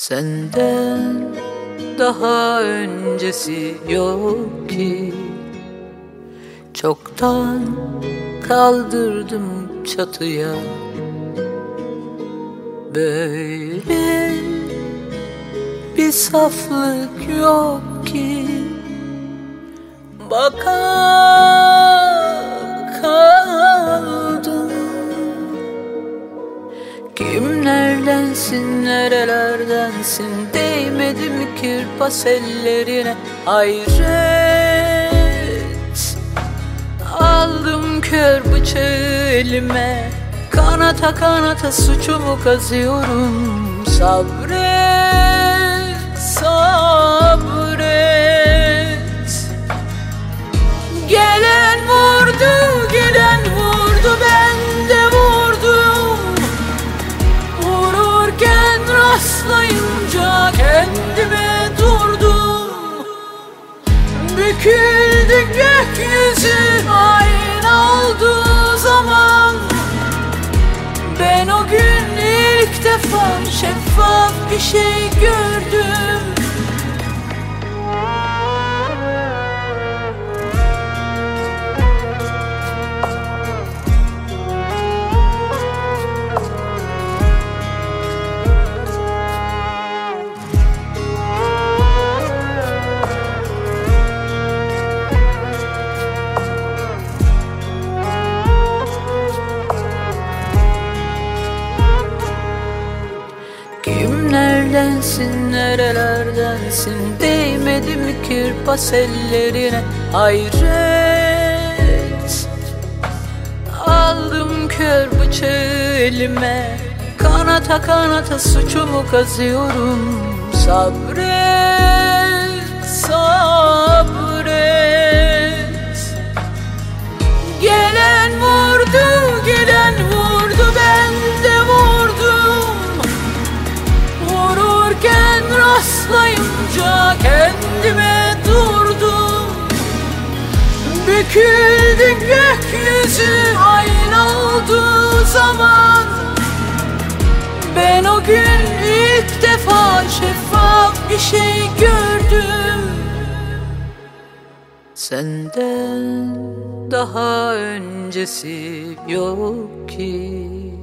Senden daha öncesi yok ki. Çoktan kaldırdım çatıya. Böyle bir saflık yok ki. Baka kaldım. Kimlerdensin, nerelerdensin? Değmedim kirpas ellerine. Hayret, aldım kör bıçağı elime. Kanata kanata suçumu kazıyorum. Sabret, sabret. Gelen vurdu, giden vurdu, ben de vurdum. Vururken rastlayınca kendime durdum. Büküldü gökyüzü, ayna olduğu zaman. Ben o gün ilk defa şeffaf bir şey gördüm. Kimlerdensin, nerelerdensin? Değmedim kirpas ellerine. Hayret, aldım kör bıçağı elime. Kanata kanata suçumu kazıyorum. Sabret, sabret. Gelen vurdu, giden vurdu, ben de vurdum. Vururken rastlayınca kendime durdum. Büküldü gökyüzü, ayna olduğu zaman. Ben o gün ilk defa şeffaf bir şey gördüm. Senden daha öncesi yok ki.